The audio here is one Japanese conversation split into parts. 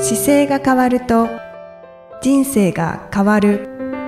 姿勢が変わると人生が変わる。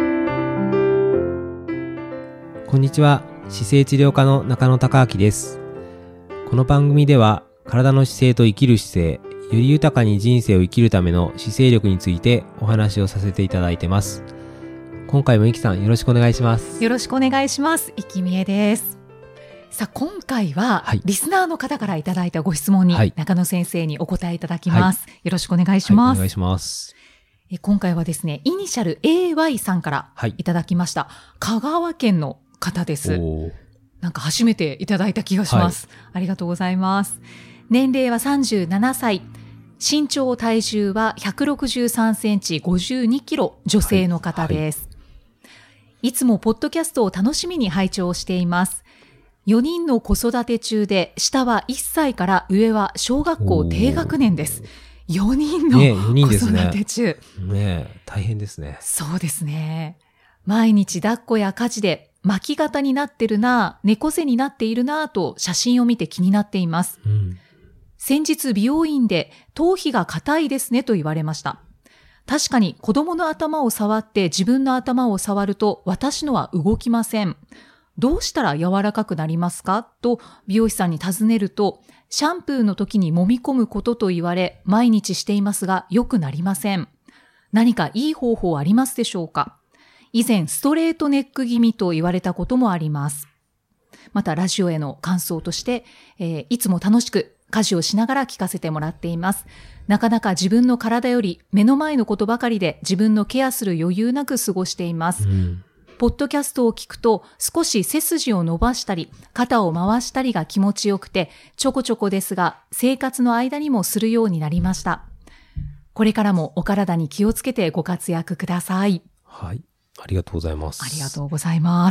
こんにちは。姿勢治療科の中野孝明です。この番組では体の姿勢と生きる姿勢、より豊かに人生を生きるための姿勢力についてお話をさせていただいてます。今回もいきさんよろしくお願いします。 よろしくお願いします。いきみえです。さあ今回は、リスナーの方からいただいたご質問に、中野先生にお答えいただきます。よろしくお願いします。 お願いします。 今回はですね、イニシャル AY さんからいただきました。香川県の方です。なんか初めていただいた気がします。ありがとうございます。年齢は37歳。身長体重は163センチ52キロ、女性の方です。いつもポッドキャストを楽しみに拝聴しています。4人の子育て中で、下は1歳から上は小学校低学年です。4人の子育て中。 大変ですね。 そうですね。毎日抱っこや家事で巻き型になってるな、猫背になっているなと写真を見て気になっています。先日美容院で頭皮が硬いですねと言われました。確かに子供の頭を触って自分の頭を触ると私のは動きません。どうしたら柔らかくなりますかと美容師さんに尋ねると、シャンプーの時に揉み込むことと言われ、毎日していますが良くなりません。何かいい方法ありますでしょうか？以前ストレートネック気味と言われたこともあります。またラジオへの感想として、いつも楽しく家事をしながら聞かせてもらっています。なかなか自分の体より目の前のことばかりで自分のケアする余裕なく過ごしています。ポッドキャストを聞くと少し背筋を伸ばしたり肩を回したりが気持ちよくて、ちょこちょこですが生活の間にもするようになりました。これからもお体に気をつけてご活躍ください。 はい、ありがとうございます。 ありがとうございます。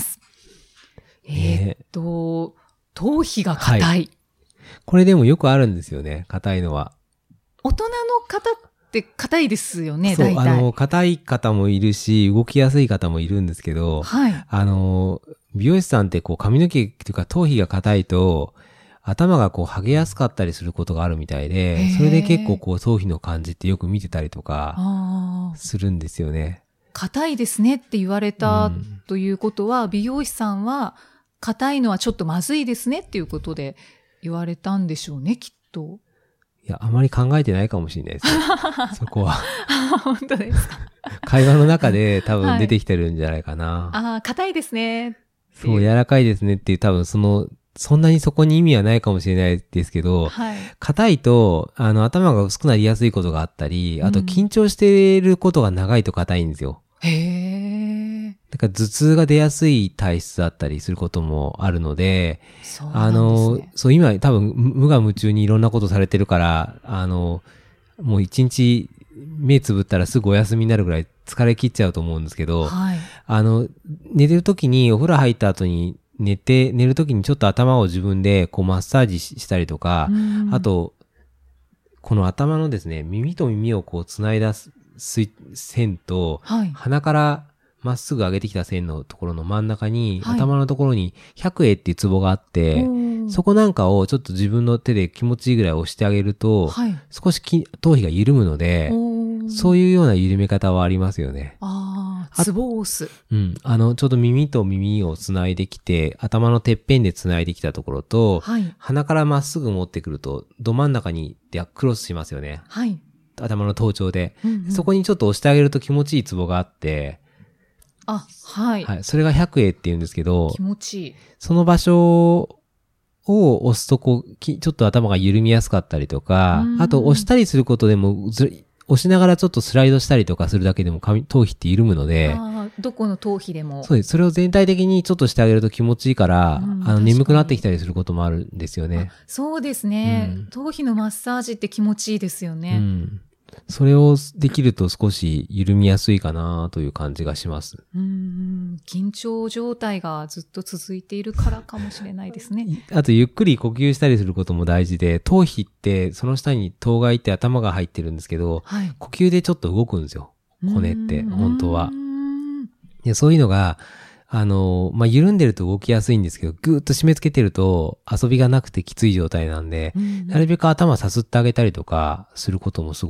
頭皮が硬い。 これでもよくあるんですよね、硬いのは。 大人の方って硬いですよね、大体。 そう、硬い方もいるし、動きやすい方もいるんですけど、美容師さんって髪の毛というか頭皮が硬いと、頭が剥げやすかったりすることがあるみたいで、それで結構頭皮の感じってよく見てたりとか、するんですよね。 硬いですねって言われたということは、美容師さんは、硬いのはちょっとまずいですねっていうことで言われたんでしょうね、きっと。 いや、あまり考えてないかもしれないですね。そこは。 本当ですか。 会話の中で多分出てきてるんじゃないかな。 硬いですね。 そう、柔らかいですねっていう多分そんなにそこに意味はないかもしれないですけど、硬いと、頭が薄くなりやすいことがあったり、あと緊張していることが長いと硬いんですよ。だから頭痛が出やすい体質だったりすることもあるので、今多分無我夢中にいろんなことされてるから、もう一日目つぶったらすぐお休みになるぐらい疲れ切っちゃうと思うんですけど、寝てる時にお風呂入った後に寝る時にちょっと頭を自分でマッサージしたりとか、あと、この頭のですね、耳と耳をつないだ線と、鼻からまっすぐ上げてきた線のところの真ん中に、頭のところに百会っていうツボがあって、そこなんかをちょっと自分の手で気持ちいいぐらい押してあげると、少し頭皮が緩むので、そういうような緩め方はありますよね。 ツボを押す。 ちょうど耳と耳をつないできて、頭のてっぺんでつないできたところと、鼻からまっすぐ持ってくると、ど真ん中にクロスしますよね。頭の頭頂で、そこにちょっと押してあげると気持ちいいツボがあって、それが百会って言うんですけど、 気持ちいい。 その場所を押すとちょっと頭が緩みやすかったりとか、あと押したりすることでも押しながらちょっとスライドしたりとかするだけでも頭皮って緩むので、 どこの頭皮でも。 そうです。それを全体的にちょっとしてあげると気持ちいいから、眠くなってきたりすることもあるんですよね。 そうですね。頭皮のマッサージって気持ちいいですよね。 それをできると少し緩みやすいかなという感じがします。 緊張状態がずっと続いているからかもしれないですね。 あとゆっくり呼吸したりすることも大事で、頭皮ってその下に頭蓋って頭が入ってるんですけど、呼吸でちょっと動くんですよ。骨って本当は。でそういうのが緩んでると動きやすいんですけど、ぐーっと締め付けてると遊びがなくてきつい状態なんで、なるべく頭さすってあげたりとかすることもすごい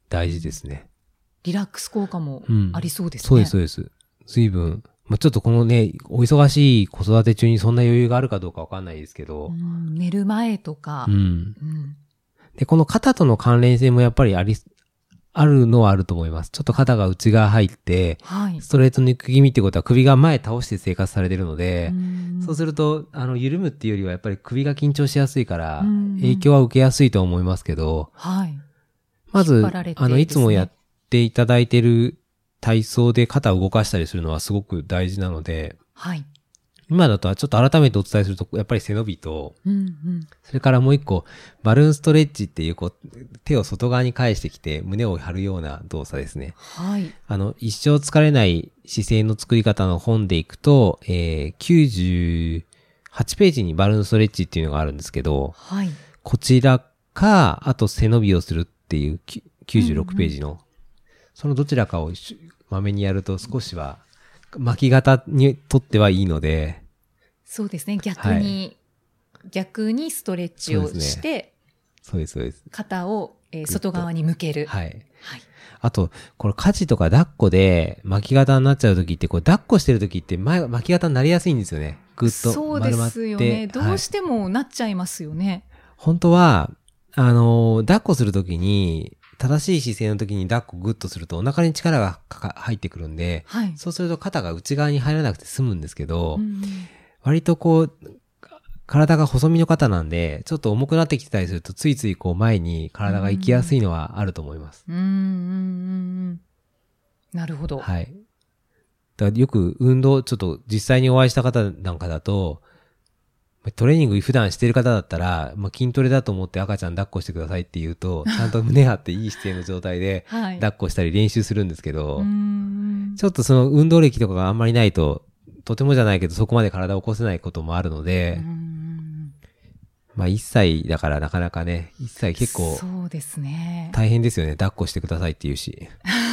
大事ですね。 リラックス効果もありそうですね。 そうです、そうです。随分、ちょっとこのね、お忙しい子育て中にそんな余裕があるかどうかわかんないですけど。 寝る前とか。 で、この肩との関連性もやっぱりあるのはあると思います。ちょっと肩が内側入って、ストレートネック気味ってことは首が前倒して生活されてるので、そうすると、緩むっていうよりはやっぱり首が緊張しやすいから、影響は受けやすいと思いますけど、まず、いつもやっていただいている体操で肩を動かしたりするのはすごく大事なので、今だとはちょっと改めてお伝えすると、やっぱり背伸びと、それからもう一個、バルーンストレッチっていう、手を外側に返してきて、胸を張るような動作ですね。一生疲れない姿勢の作り方の本でいくと、98ページにバルーンストレッチっていうのがあるんですけど、こちらか、あと背伸びをするっていう96ページの、そのどちらかをまめにやると少しは、巻き肩にとってはいいので。 そうですね。逆にストレッチをして、 そうです、そうです。 肩を、外側に向ける。 あと、これ家事とか抱っこで巻き肩になっちゃうときって、抱っこしてるときって巻き肩になりやすいんですよね。ぐっとそうですよね。どうしてもなっちゃいますよね。 本当は、抱っこするときに、正しい姿勢の時に抱っこグッとするとお腹に力が入ってくるんで、そうすると肩が内側に入らなくて済むんですけど、割と体が細身の方なんで、ちょっと重くなってきてたりするとついつい前に体が行きやすいのはあると思います。 なるほど。 だからよく運動、ちょっと実際にお会いした方なんかだと、トレーニング普段してる方だったら、筋トレだと思って赤ちゃん抱っこしてくださいって言うと、ちゃんと胸張っていい姿勢の状態で抱っこしたり練習するんですけど、ちょっとその運動歴とかがあんまりないと、とてもじゃないけどそこまで体を起こせないこともあるので、1歳だからなかなかね、1歳結構、 そうですね。 大変ですよね。抱っこしてくださいって言うし。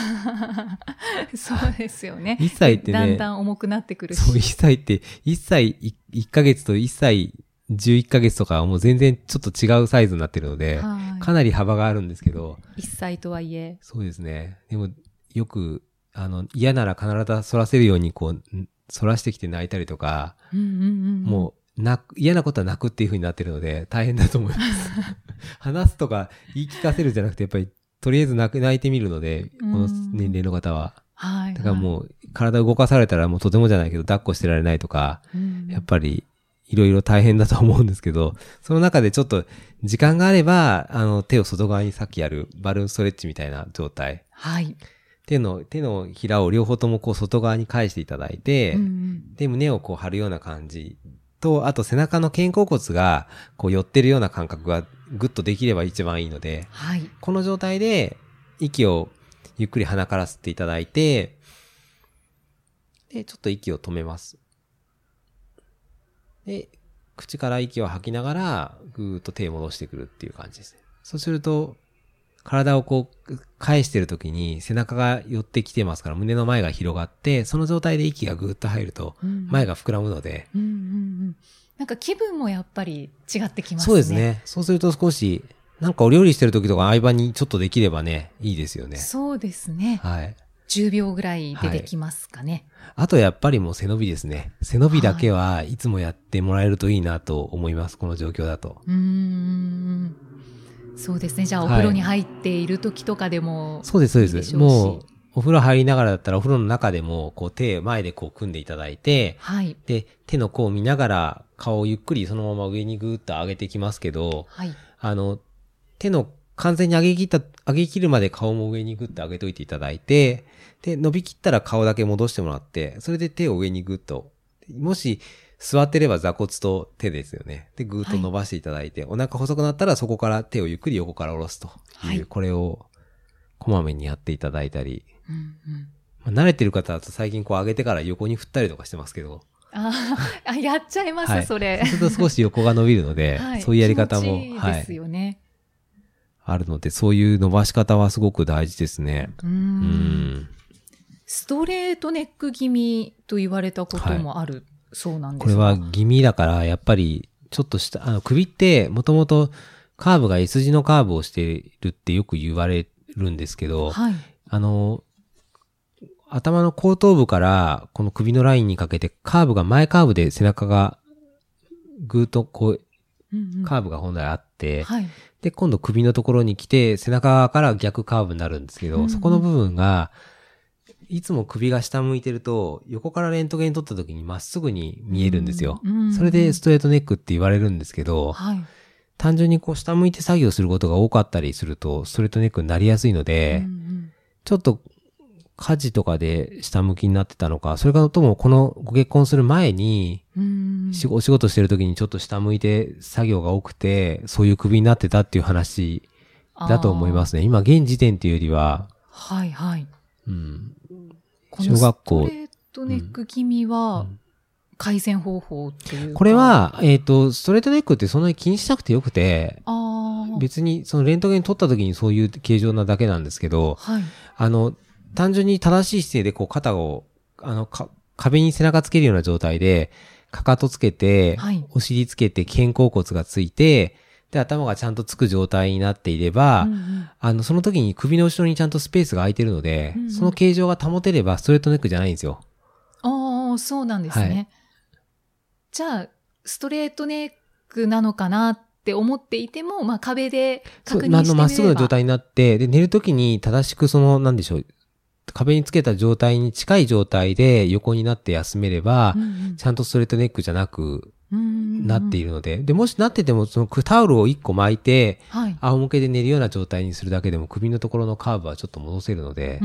そうですよね。 1歳ってね。 だんだん重くなってくるし。 そう、1歳って、1歳1ヶ月と1歳11ヶ月とかはもう全然ちょっと違うサイズになってるので、かなり幅があるんですけど。 1歳とはいえ。 そうですね。でも、よく、嫌なら必ず反らせるように反らしてきて泣いたりとか、もう、嫌なことは泣くっていう風になってるので大変だと思います。話すとか言い聞かせるじゃなくてやっぱりとりあえず泣いてみるので、この年齢の方は。だからもう体動かされたらもうとてもじゃないけど抱っこしてられないとか、やっぱりいろいろ大変だと思うんですけど、その中でちょっと時間があれば、手を外側にさっきやるバルーンストレッチみたいな状態。手のひらを両方とも外側に返していただいて、で、胸を張るような感じ。と、あと背中の肩甲骨が寄ってるような感覚がグッとできれば一番いいので、この状態で息をゆっくり鼻から吸っていただいて、で、ちょっと息を止めます。で、口から息を吐きながらぐーっと手を戻してくるっていう感じですね。そうすると、体を返してるときに背中が寄ってきてますから胸の前が広がって、その状態で息がぐーっと入ると前が膨らむので、 なんか気分もやっぱり違ってきますね。 そうですね。そうすると少しなんかお料理してるときとか相場にちょっとできればね、いいですよね。 そうですね。 10 秒ぐらいでできますかね。 あとやっぱりもう背伸びですね。背伸びだけはいつもやってもらえるといいなと思います。この状況だと。 そうですね。じゃあお風呂に入っている時とかでも、 そうです、そうです。もうお風呂入りながらだったらお風呂の中でも手前で組んでいただいて、で、手の甲を見ながら顔をゆっくりそのまま上にぐーっと上げてきますけど、手の完全に上げ切るまで顔も上にぐっと上げといていただいて、で、伸びきったら顔だけ戻してもらって、それで手を上にぐっと、もし座ってれば座骨と手ですよね。で、ぐーっと伸ばしていただいて、お腹細くなったらそこから手をゆっくり横から下ろすという、これをこまめにやっていただいたり、慣れてる方だと最近上げてから横に振ったりとかしてますけど。 やっちゃいます、それ。 そうすると少し横が伸びるので、そういうやり方も、 ですよね。 あるので、そういう伸ばし方はすごく大事ですね。 ストレートネック気味と言われたこともある、そうなんですか。 これは気味だから、やっぱり、ちょっと首って、もともとカーブが S 字のカーブをしているってよく言われるんですけど、 はい。 頭の後頭部からこの首のラインにかけて前カーブで背中がぐーっとこう、カーブが本来あって、 はい。 で、今度首のところに来て背中側から逆カーブになるんですけど、そこの部分が、いつも首が下向いてると、横からレントゲン撮った時にまっすぐに見えるんですよ。それでストレートネックって言われるんですけど、 はい。 単純にこう下向いて作業することが多かったりすると、ストレートネックになりやすいので、ちょっと家事とかで下向きになってたのか、それからともこのご結婚する前に、お仕事してる時にちょっと下向いて作業が多くて、そういう首になってたっていう話だと思いますね。今現時点っていうよりは、 はいはい。こ小学校。 のストレートネック気味は、改善方法っていうか。 これは、ストレートネックってそんなに気にしなくてよくて、別にそのレントゲン撮った時にそういう形状なだけなんですけど、 はい、 単純に正しい姿勢でこう肩を、壁に背中つけるような状態で、かかとつけて、はい、お尻つけて肩甲骨がついて、で、頭がちゃんとつく状態になっていれば、その時に首の後ろにちゃんとスペースが空いてるので、その形状が保てればストレートネックじゃないんですよ。 ああ、そうなんですね。はい、じゃあ、ストレートネックなのかなって思っていても、まあ壁で確認してみれば。 まっすぐな状態になって、で、寝る時に正しくなんでしょう。壁につけた状態に近い状態で横になって休めれば、ちゃんとストレートネックじゃなくなっているので、で、もしなってても、そのタオルを1個巻いて、はい、仰向けで寝るような状態にするだけでも首のところのカーブはちょっと戻せるので。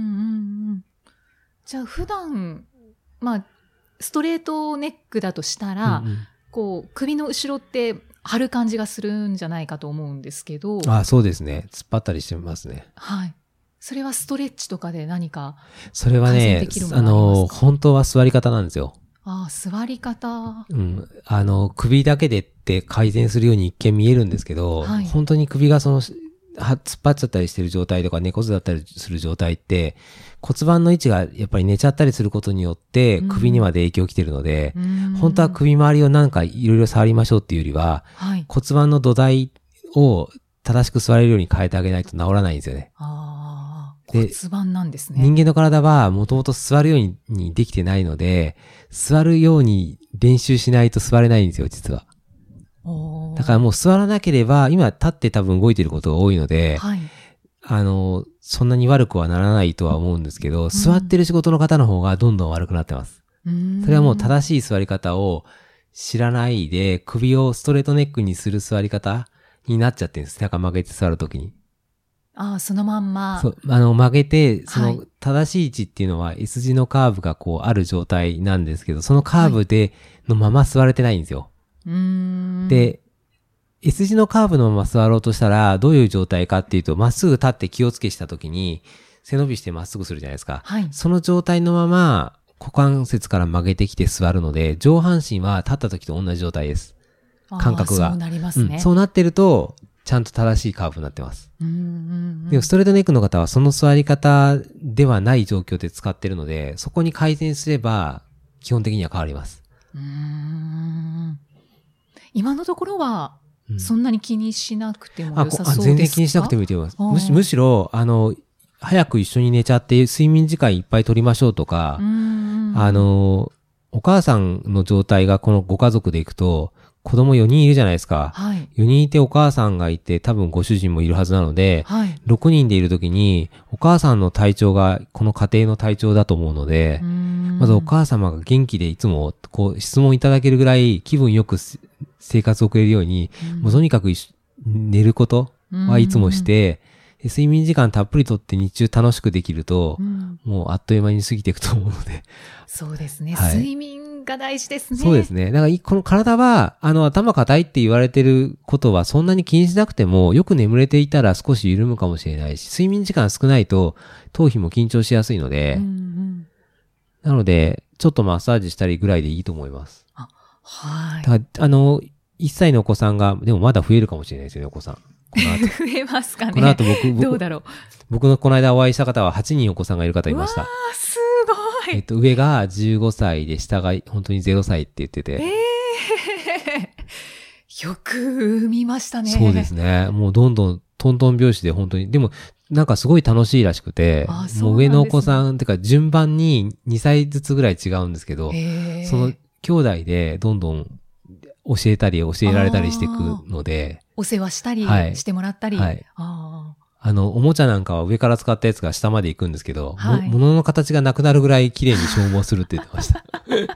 じゃあ普段、まあ、ストレートネックだとしたら、こう、首の後ろって張る感じがするんじゃないかと思うんですけど。 あ、そうですね。突っ張ったりしてますね。 はい。それはストレッチとかで何かそれはね、本当は座り方なんですよ。 ああ、座り方。 首だけでって改善するように一見見えるんですけど、はい、本当に首が突っ張っちゃったりしてる状態とか猫背だったりする状態って、骨盤の位置がやっぱり寝ちゃったりすることによって首にまで影響きてるので、本当は首周りをなんかいろいろ触りましょうっていうよりは、はい、骨盤の土台を正しく座れるように変えてあげないと治らないんですよね。 骨盤なんですね。 人間の体はもともと座るようにできてないので、座るように練習しないと座れないんですよ、実は。だからもう座らなければ、今立って多分動いてることが多いので、はい、そんなに悪くはならないとは思うんですけど、座ってる仕事の方の方がどんどん悪くなってます。それはもう正しい座り方を知らないで、首をストレートネックにする座り方になっちゃってるんです。なんか曲げて座るときに。 ああ、そのまんま。 そう、曲げて、正しい位置っていうのは S 字のカーブがこうある状態なんですけど、そのカーブで、のまま座れてないんですよ。で、S 字のカーブのまま座ろうとしたら、どういう状態かっていうと、まっすぐ立って気をつけしたときに、背伸びしてまっすぐするじゃないですか。はい、その状態のまま、股関節から曲げてきて座るので、上半身は立ったときと同じ状態です。感覚が。 そうなりますね。 そうなってると、ちゃんと正しいカーブになってます。でもストレートネックの方はその座り方ではない状況で使ってるので、そこに改善すれば基本的には変わります。 今のところはそんなに気にしなくても良さそうですか？ 全然気にしなくてもいいと思います。むしろ早く一緒に寝ちゃって睡眠時間いっぱい取りましょうとか、お母さんの状態がこのご家族でいくと、子供4人いるじゃないですか。はい、4人いてお母さんがいて、多分ご主人もいるはずなので、はい、6人でいるときに、お母さんの体調がこの家庭の体調だと思うので、まずお母様が元気でいつもこう質問いただけるぐらい気分よく生活を送れるように、もうとにかく寝ることはいつもして、睡眠時間たっぷりとって日中楽しくできると、もうあっという間に過ぎていくと思うので。 そうですね。はい、睡眠が大事ですね。 そうですね。だからこの体は、頭硬いって言われてることはそんなに気にしなくても、よく眠れていたら少し緩むかもしれないし、睡眠時間少ないと頭皮も緊張しやすいので、なので、ちょっとマッサージしたりぐらいでいいと思います。 はい。 だから1歳のお子さんが、でもまだ増えるかもしれないですよね、お子さん。 増えますかね。 この後どうだろう。 僕のこの間お会いした方は8人お子さんがいる方いました。 わー、すごい。 上が15歳で下が本当に0歳って言ってて。よく見ましたね。 そうですね。もうどんどんトントン拍子で本当に。でも、 なんかすごい楽しいらしくて、もう上のお子さんってか順番に2歳ずつぐらい違うんですけど、その兄弟でどんどん教えたり教えられたりしていくので、 お世話したりしてもらったり、 はい。おもちゃなんかは上から使ったやつが下まで行くんですけど、物の形がなくなるぐらい綺麗に消耗するって言ってました。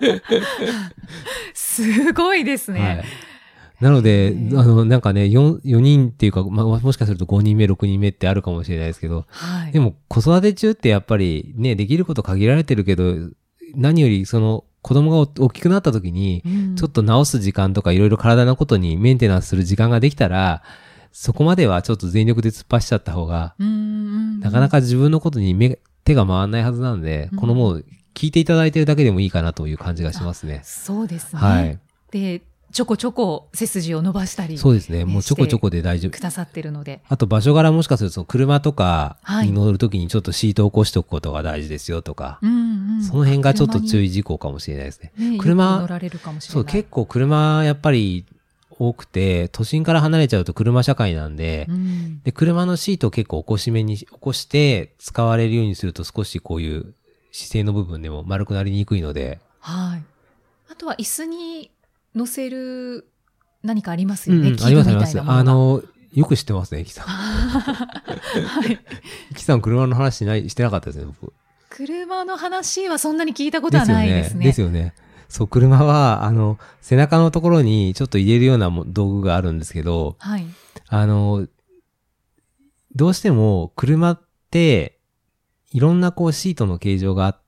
すごいですね。はい、 なので、なんかね、4人っていうか、もしかすると5人目、6人目ってあるかもしれないですけど、はい、でも子育て中ってやっぱりね、できること限られてるけど、何よりその子供が大きくなった時に、ちょっと直す時間とかいろいろ体のことにメンテナンスする時間ができたら、そこまではちょっと全力で突っ走っちゃった方が、なかなか自分のことに手が回らないはずなので、このもう聞いていただいてるだけでもいいかなという感じがしますね。 そうですね。 はい。 で、ちょこちょこ背筋を伸ばしたり。 そうですね。もうちょこちょこで大丈夫。 くださってるので。 あと場所柄もしかすると車とかに乗るときにちょっとシートを起こしておくことが大事ですよとか、その辺がちょっと注意事項かもしれないですね。 車乗られるかもしれない。 そう、結構車やっぱり多くて、都心から離れちゃうと車社会なんで、で、車のシートを結構起こして使われるようにすると少しこういう姿勢の部分でも丸くなりにくいので。 はい。あとは椅子に乗せる何かありますよね。 ありますあります。よく知ってますね、キさん。はい。キさん車の話してなかったですね、僕。 車の話はそんなに聞いたことはないですね。 ですよね。そう、車は、背中のところにちょっと入れるような道具があるんですけど、はい。どうしても車って、いろんなこうシートの形状があって、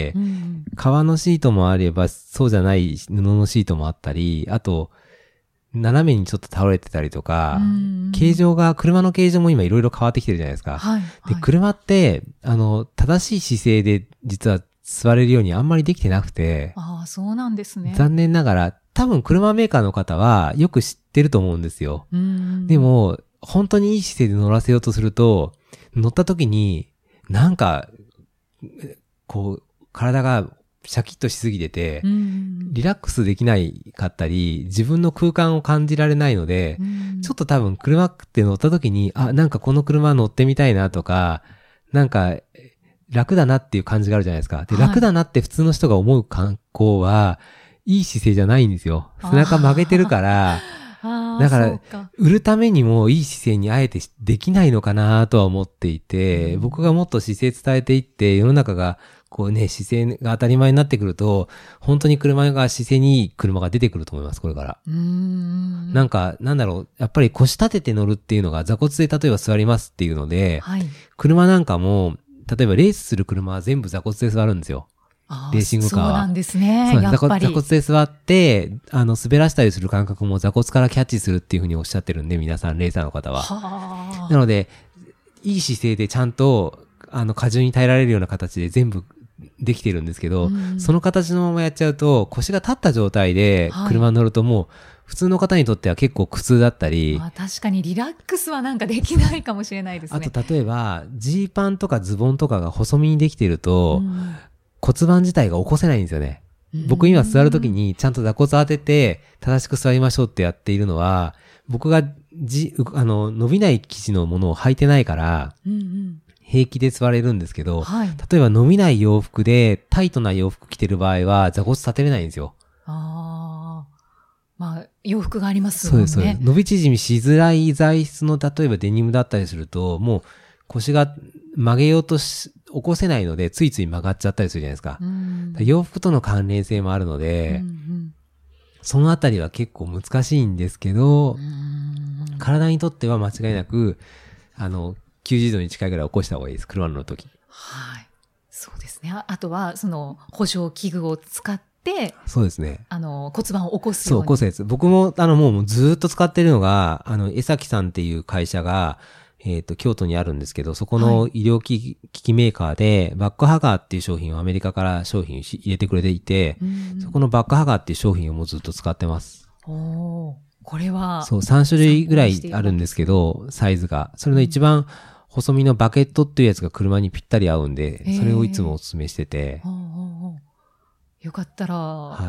革のシートもあれば、そうじゃない布のシートもあったり、あと、斜めにちょっと倒れてたりとか、車の形状も今いろいろ変わってきてるじゃないですか。はい。で、車って、正しい姿勢で実は座れるようにあんまりできてなくて。 ああ、そうなんですね。 残念ながら、多分車メーカーの方はよく知ってると思うんですよ。でも、本当にいい姿勢で乗らせようとすると、乗った時に、なんか、こう、体がシャキッとしすぎてて、リラックスできないかったり、自分の空間を感じられないので、ちょっと多分車って乗った時に、なんかこの車乗ってみたいなとか、なんか楽だなっていう感じがあるじゃないですか。で、楽だなって普通の人が思う観光は、いい姿勢じゃないんですよ。背中曲げてるから、だから、売るためにもいい姿勢にあえてできないのかなとは思っていて、僕がもっと姿勢伝えていって、世の中がこうね、姿勢が当たり前になってくると、本当に車が姿勢にいい車が出てくると思います、これから。なんか、なんだろう、やっぱり腰立てて乗るっていうのが座骨で例えば座りますっていうので、はい、車なんかも、例えばレースする車は全部座骨で座るんですよ。レーシングカーは。そうなんですね。やっぱり。座骨で座って、滑らしたりする感覚も座骨からキャッチするっていうふうにおっしゃってるんで、皆さんレーサーの方は。なので、いい姿勢でちゃんと、荷重に耐えられるような形で全部できてるんですけど、その形のままやっちゃうと、腰が立った状態で車に乗るともう、普通の方にとっては結構苦痛だったり。 確かにリラックスはなんかできないかもしれないですね。 あと例えば、ジーパンとかズボンとかが細身にできてると、骨盤自体が起こせないんですよね。僕今座るときにちゃんと座骨当てて正しく座りましょうってやっているのは、僕が伸びない生地のものを履いてないから、平気で座れるんですけど、はい、例えば伸びない洋服でタイトな洋服着てる場合は座骨立てれないんですよ。 洋服がありますもんね。そうです。 伸び縮みしづらい材質の例えばデニムだったりすると、もう腰が曲げようと起こせないので、ついつい曲がっちゃったりするじゃないですか。洋服との関連性もあるので、そのあたりは結構難しいんですけど、体にとっては間違いなく、90度に近いぐらい起こした方がいいです。車の時。 はい。そうですね。あとは、補助器具を使って、 そうですね。 骨盤を起こすように。 そう、起こすやつ。僕も、もうずっと使ってるのが、江崎さんっていう会社が、京都にあるんですけど、そこの医療機器メーカーで、バックハガーっていう商品をアメリカから商品入れてくれていて、そこのバックハガーっていう商品をもうずっと使ってます。 これは。 そう、3種類ぐらいあるんですけど、サイズが。それの一番細身のバケットっていうやつが車にぴったり合うんで、それをいつもお勧めしてて。 よかったら。 はい。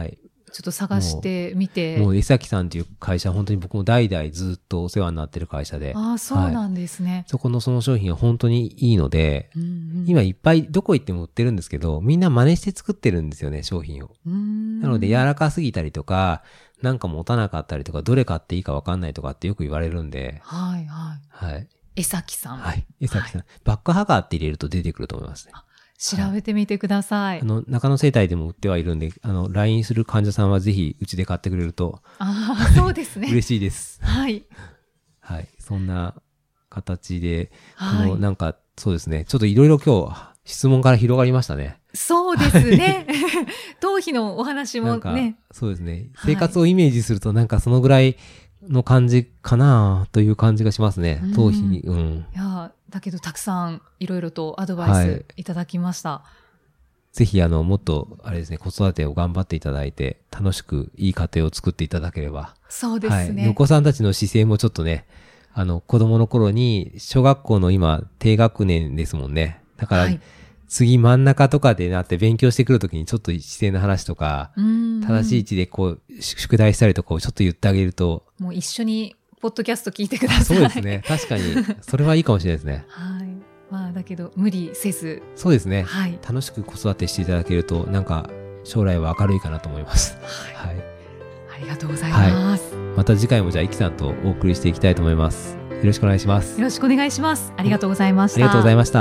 ちょっと探してみて。 もう江崎さんっていう会社、本当に僕も代々ずっとお世話になってる会社で。 ああ、そうなんですね。 そこのその商品は本当にいいので、今いっぱいどこ行っても売ってるんですけど、みんな真似して作ってるんですよね、商品を。なので柔らかすぎたりとか、なんか持たなかったりとか、どれ買っていいか分かんないとかってよく言われるんで。 はいはい。はい。江崎さん。 はい。江崎さん。バックハガーって入れると出てくると思いますね。 調べてみてください。 中野生態でも売ってはいるんで、LINE する患者さんはぜひうちで買ってくれると。 ああ、そうですね。 嬉しいです。 はい。 はい。そんな形で、なんか、そうですね。ちょっといろいろ今日、質問から広がりましたね。 そうですね。頭皮のお話もね。 そうですね。生活をイメージするとなんかそのぐらいの感じかなという感じがしますね。頭皮に。いや、だけどたくさんいろいろとアドバイスいただきました。 ぜひもっと、あれですね、子育てを頑張っていただいて、楽しくいい家庭を作っていただければ。 そうですね。 お子さんたちの姿勢もちょっとね、子供の頃に、小学校の今、低学年ですもんね。だから、次真ん中とかでなって勉強してくるときにちょっと姿勢の話とか、正しい位置でこう、宿題したりとかをちょっと言ってあげると。 もう一緒に、ポッドキャスト聞いてください。 そうですね。確かに。それはいいかもしれないですね。 はい。まあ、だけど、無理せず。 そうですね。 はい。 楽しく子育てしていただけると、なんか、将来は明るいかなと思います。 はい。はい、ありがとうございます。 また次回もじゃあ、イキさんとお送りしていきたいと思います。よろしくお願いします。 よろしくお願いします。ありがとうございました。 ありがとうございました。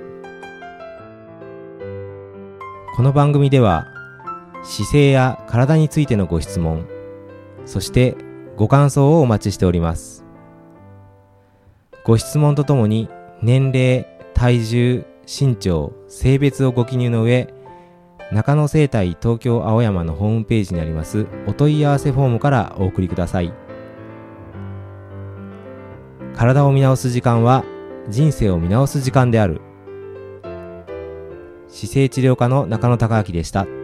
この番組では、姿勢や体についてのご質問、そしてご感想をお待ちしております。ご質問とともに年齢、体重、身長、性別をご記入の上、中野生態東京青山のホームページにありますお問い合わせフォームからお送りください。体を見直す時間は人生を見直す時間である。姿勢治療科の中野孝明でした。